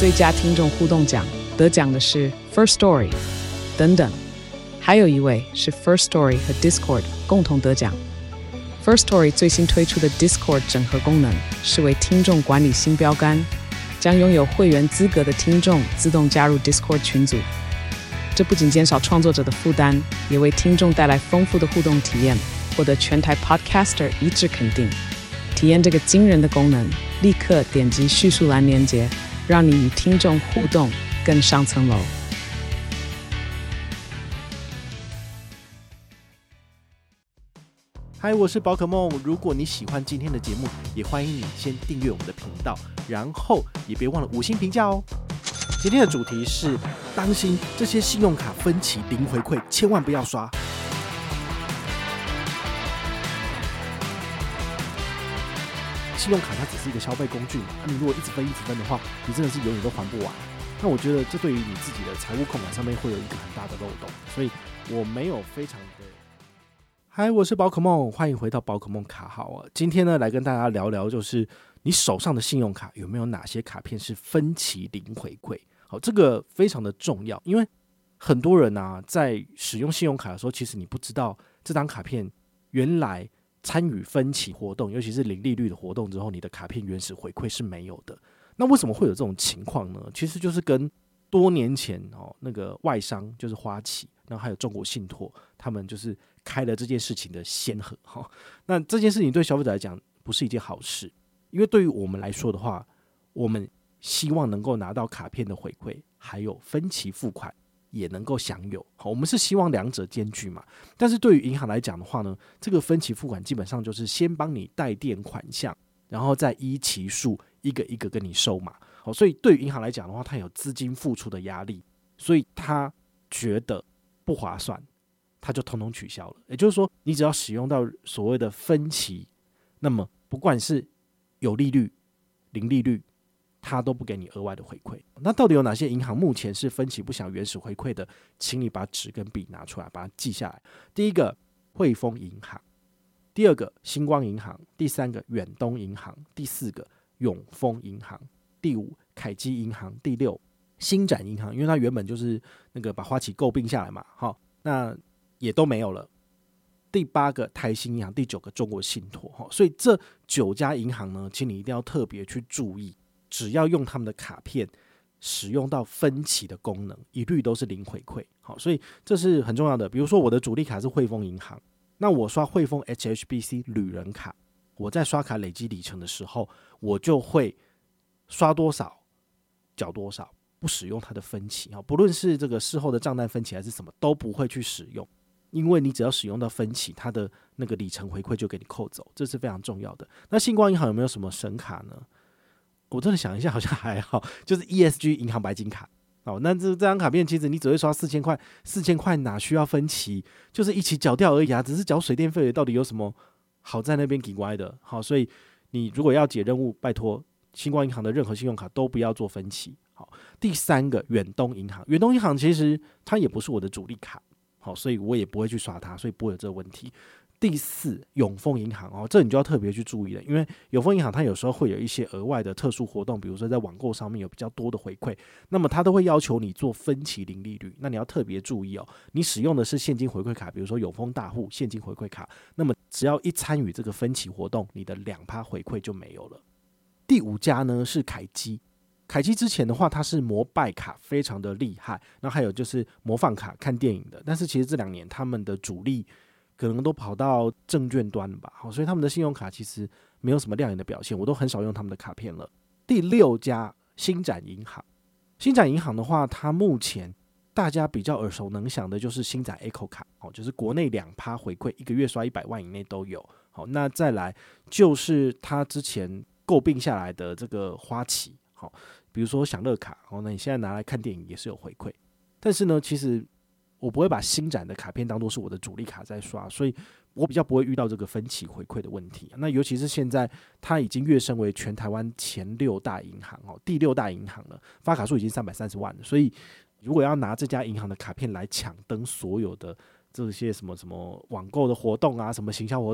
最佳听众互动奖，得奖的是 First Story 等等，还有一位是 First Story 和 Discord 共同得奖。First Story 最新推出的 Discord 整合功能是为听众管理新标杆，将拥有会员资格的听众自动加入 Discord 群组。这不仅减少创作者的负担，也为听众带来丰富的互动体验，获得全台 Podcaster 一致肯定。体验这个惊人的功能，立刻点击叙述栏连结，让你与听众互动更上层楼。 嗨，我是宝可梦。如果你喜欢今天的节目，也欢迎你先订阅我们的频道，然后也别忘了5星评价哦。今天的主题是当心这些信用卡分期零回馈，千万不要刷。信用卡它只是一个消费工具嘛，你如果一直分的话，你真的是永远都还不完。那我觉得这对于你自己的财务控管上面会有一个很大的漏洞，所以我没有非常的。嗨，我是宝可梦，欢迎回到宝可梦卡号啊！今天呢，来跟大家聊聊，就是你手上的信用卡有没有哪些卡片是分期零回馈？好，这个非常的重要，因为很多人啊，在使用信用卡的时候，其实你不知道这张卡片原来参与分期活动，尤其是零利率的活动之后，你的卡片原始回馈是没有的。那为什么会有这种情况呢？其实就是跟多年前那个外商就是花旗，然后还有中国信托，他们就是开了这件事情的先河。那这件事情对消费者来讲不是一件好事，因为对于我们来说的话，我们希望能够拿到卡片的回馈，还有分期付款也能够享有。我们是希望两者兼具嘛。但是对于银行来讲的话呢，这个分期付款基本上就是先帮你代垫款项，然后再依期数一个一个跟你收码。所以对于银行来讲的话，它有资金付出的压力，所以他觉得不划算，他就统统取消了。也就是说，你只要使用到所谓的分期，那么不管是有利率、零利率，他都不给你额外的回馈。那到底有哪些银行目前是分期不享原始回馈的？请你把纸跟笔拿出来，把它记下来。第一个，汇丰银行；第二个，星光银行；第三个，远东银行；第四个，永丰银行；第五，凯基银行；第六，星展银行，因为它原本就是那个把花旗购并下来嘛，那也都没有了。第八个台新银行，第九个中国信托。所以这9家银行呢，请你一定要特别去注意，只要用他们的卡片使用到分期的功能，一律都是零回馈。所以这是很重要的。比如说我的主力卡是汇丰银行，那我刷汇丰 HSBC 旅人卡，我在刷卡累积里程的时候，我就会刷多少缴多少，不使用它的分期，不论是这个事后的账单分期还是什么，都不会去使用，因为你只要使用到分期，它的那个里程回馈就给你扣走，这是非常重要的。那星光银行有没有什么神卡呢？我真的想一下，好像还好，就是 ESG 银行白金卡。那这张卡片其实你只会刷4000块，4000块哪需要分期？就是一起缴掉而已啊，只是缴水电费，到底有什么好在那边给乖的？好，所以你如果要解任务，拜托星光银行的任何信用卡都不要做分期。好，第三个远东银行，远东银行其实它也不是我的主力卡，好，所以我也不会去刷它，所以不会有这个问题。第四，永丰银行这你就要特别去注意了，因为永丰银行它有时候会有一些额外的特殊活动，比如说在网购上面有比较多的回馈，那么它都会要求你做分期零利率，那你要特别注意你使用的是现金回馈卡，比如说永丰大户现金回馈卡，那么只要一参与这个分期活动，你的2%回馈就没有了。第5家呢是凯基。凯基之前的话，它是摩拜卡，非常的厉害，然后还有就是模范卡看电影的，但是其实这2年他们的主力可能都跑到证券端了吧，所以他们的信用卡其实没有什么亮眼的表现，我都很少用他们的卡片了。第6家星展银行，星展银行的话，它目前大家比较耳熟能详的就是星展 Echo 卡，就是国内2%回馈，一个月刷100万以内都有。好，那再来就是它之前购并下来的这个花旗，比如说享乐卡，那你现在拿来看电影也是有回馈，但是呢，其实我不会把星展的卡片当作是我的主力卡在刷，所以我比较不会遇到这个分期回馈的问题。那尤其是现在它已经跃升为全台湾前6大银行，第6大银行了，发卡数已经330万了，所以如果要拿这家银行的卡片来抢登所有的这些什么网购的活动啊，什么行销活动，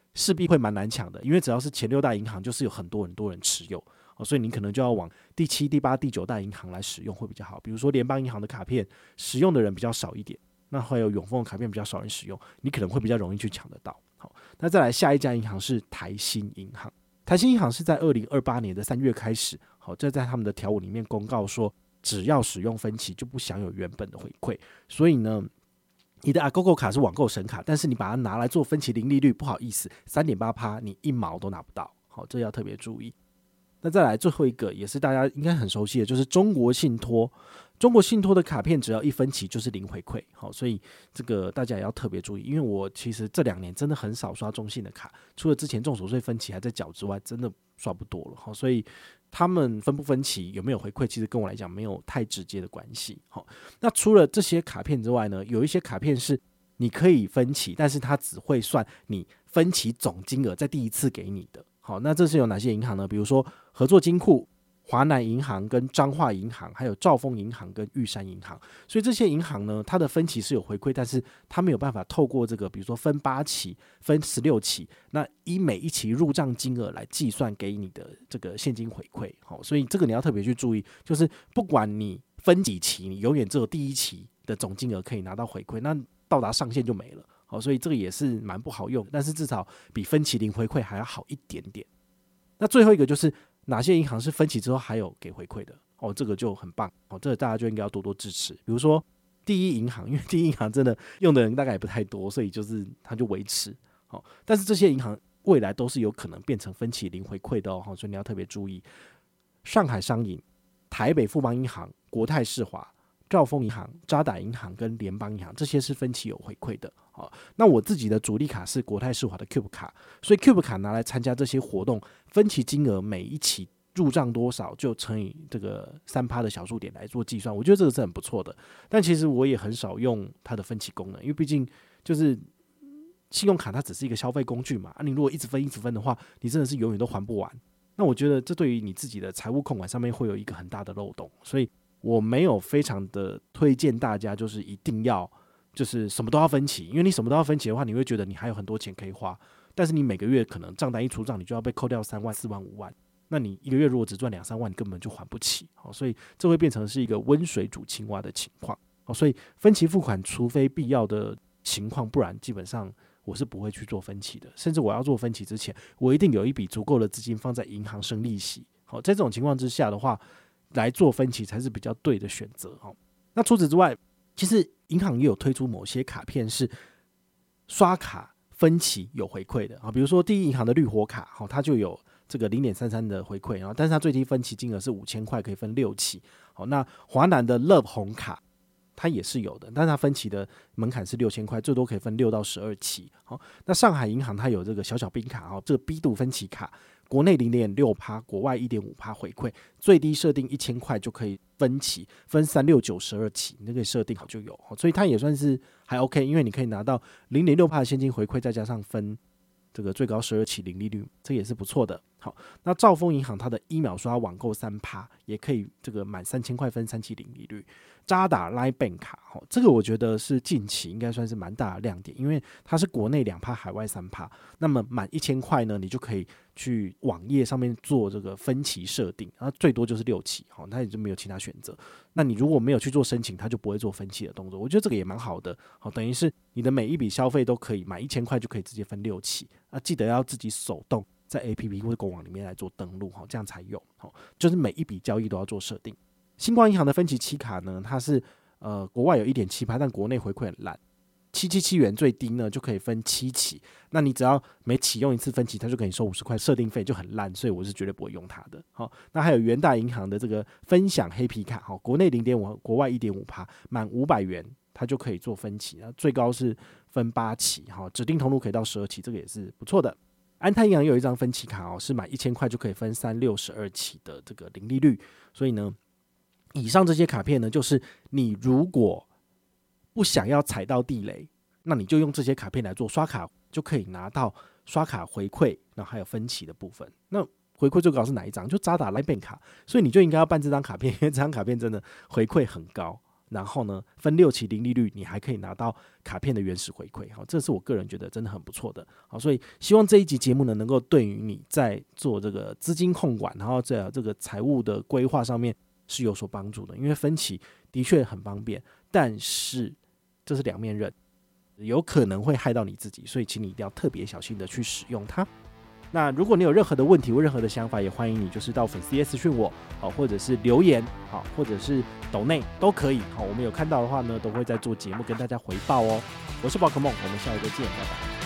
势必会蛮难抢的，因为只要是前6大银行，就是有很多人持有，所以你可能就要往第7、第8、第9大银行来使用会比较好。比如说联邦银行的卡片使用的人比较少一点，那还有永丰的卡片比较少人使用，你可能会比较容易去抢得到。好，那再来下一家银行是台新银行。台新银行是在2028年的3月开始，好，这在他们的条文里面公告说，只要使用分期就不享有原本的回馈。所以呢，你的 Agogo 卡是网购神卡，但是你把它拿来做分期零利率，不好意思 3.8% 你1毛都拿不到。好，这要特别注意。那再来最后一个也是大家应该很熟悉的，就是中国信托。中国信托的卡片只要1分期就是零回馈，好，所以这个大家也要特别注意。因为我其实这2年真的很少刷中信的卡，除了之前重手税分期还在缴之外，真的刷不多了。好，所以他们分不分期有没有回馈，其实跟我来讲没有太直接的关系。好，那除了这些卡片之外呢，有一些卡片是你可以分期，但是它只会算你分期总金额在第一次给你的。好，那这是有哪些银行呢？比如说合作金库、华南银行跟彰化银行，还有兆丰银行跟玉山银行。所以这些银行呢，它的分期是有回馈，但是它没有办法透过这个比如说分8期、分16期，那以每一期入账金额来计算给你的这个现金回馈。好，所以这个你要特别去注意，就是不管你分几期，你永远只有第一期的总金额可以拿到回馈，那到达上限就没了。好，所以这个也是蛮不好用，但是至少比分期零回馈还要好一点点。那最后一个就是哪些银行是分期之后还有给回馈的，这个就很棒，这个大家就应该要多多支持。比如说第一银行，因为第一银行真的用的人大概也不太多，所以就是它就维持。但是这些银行未来都是有可能变成分期零回馈的所以你要特别注意。上海商银、台北富邦银行、国泰世华、兆丰银行、渣打银行跟联邦银行，这些是分期有回馈的。那我自己的主力卡是国泰世华的 Cube 卡，所以 Cube 卡拿来参加这些活动，分期金额每一期入账多少就乘以这个3%的小数点来做计算，我觉得这个是很不错的。但其实我也很少用它的分期功能，因为毕竟就是信用卡它只是一个消费工具嘛，你如果一直分的话，你真的是永远都还不完。那我觉得这对于你自己的财务控管上面会有一个很大的漏洞，所以我没有非常的推荐大家就是一定要就是什么都要分期，因为你什么都要分期的话，你会觉得你还有很多钱可以花，但是你每个月可能账单一出账，你就要被扣掉3万、4万、5万，那你一个月如果只赚2、3万，你根本就还不起。所以这会变成是一个温水煮青蛙的情况。所以分期付款除非必要的情况，不然基本上我是不会去做分期的。甚至我要做分期之前，我一定有一笔足够的资金放在银行生利息。在这种情况之下的话，来做分期才是比较对的选择。那除此之外，其实银行也有推出某些卡片是刷卡分期有回馈的，比如说第一银行的绿活卡，它就有这个 0.33 的回馈，但是它最低分期金额是5000块，可以分6期。那华南的 Love 红卡它也是有的，但是它分期的门槛是6000块，最多可以分6到12期。那上海银行它有这个小小兵卡，这个 B 度分期卡，国内 0.6%， 国外 1.5% 回馈，最低设定1000块就可以分期，分3、6、9、12期，你就可以设定好就有，所以它也算是还 OK， 因为你可以拿到 0.6% 的现金回馈，再加上分这个最高12期零利率，这也是不错的。好，那兆丰银行它的1秒刷网购 3%， 也可以这个满3000块分3期零利率。渣打 Line Bank 卡，这个我觉得是近期应该算是蛮大的亮点，因为它是国内 2%， 海外 3%， 那么满1000块呢，你就可以去网页上面做这个分期设定，然后最多就是6期，它也就没有其他选择。那你如果没有去做申请，它就不会做分期的动作，我觉得这个也蛮好的。等于是你的每一笔消费都可以满1000块就可以直接分6期，记得要自己手动在 APP 或者官网里面来做登录，这样才有，就是每一笔交易都要做设定。星光银行的分期期卡呢，它是国外有 1.7%， 但国内回馈很烂，777元最低呢就可以分7期，那你只要每启用一次分期，它就给你收50块设定费，就很烂，所以我是绝对不会用它的。那还有元大银行的这个分享黑皮卡，国内 0.5%， 国外 1.5%， 满500元它就可以做分期，最高是分8期，指定通路可以到12期，这个也是不错的。安泰银行有一张分期卡，是满1000块就可以分3、6、12期的这个零利率，所以呢以上这些卡片呢，就是你如果不想要踩到地雷，那你就用这些卡片来做刷卡，就可以拿到刷卡回馈，然后还有分期的部分。那回馈最高是哪一张？就渣打 Line Bank 卡，所以你就应该要办这张卡片，因为这张卡片真的回馈很高。 然后呢分6期零利率，你还可以拿到卡片的原始回馈，好，这是我个人觉得真的很不错的。好，所以希望这一集节目呢能够对于你在做这个资金控管，然后在这个财务的规划上面是有所帮助的。因为分期的确很方便，但是这是两面刃，有可能会害到你自己，所以请你一定要特别小心的去使用它。那如果你有任何的问题或任何的想法，也欢迎你就是到粉丝页私讯我，或者是留言，或者是抖内都可以，我们有看到的话呢，都会在做节目跟大家回报哦。我是宝可梦，我们下一周见，拜拜。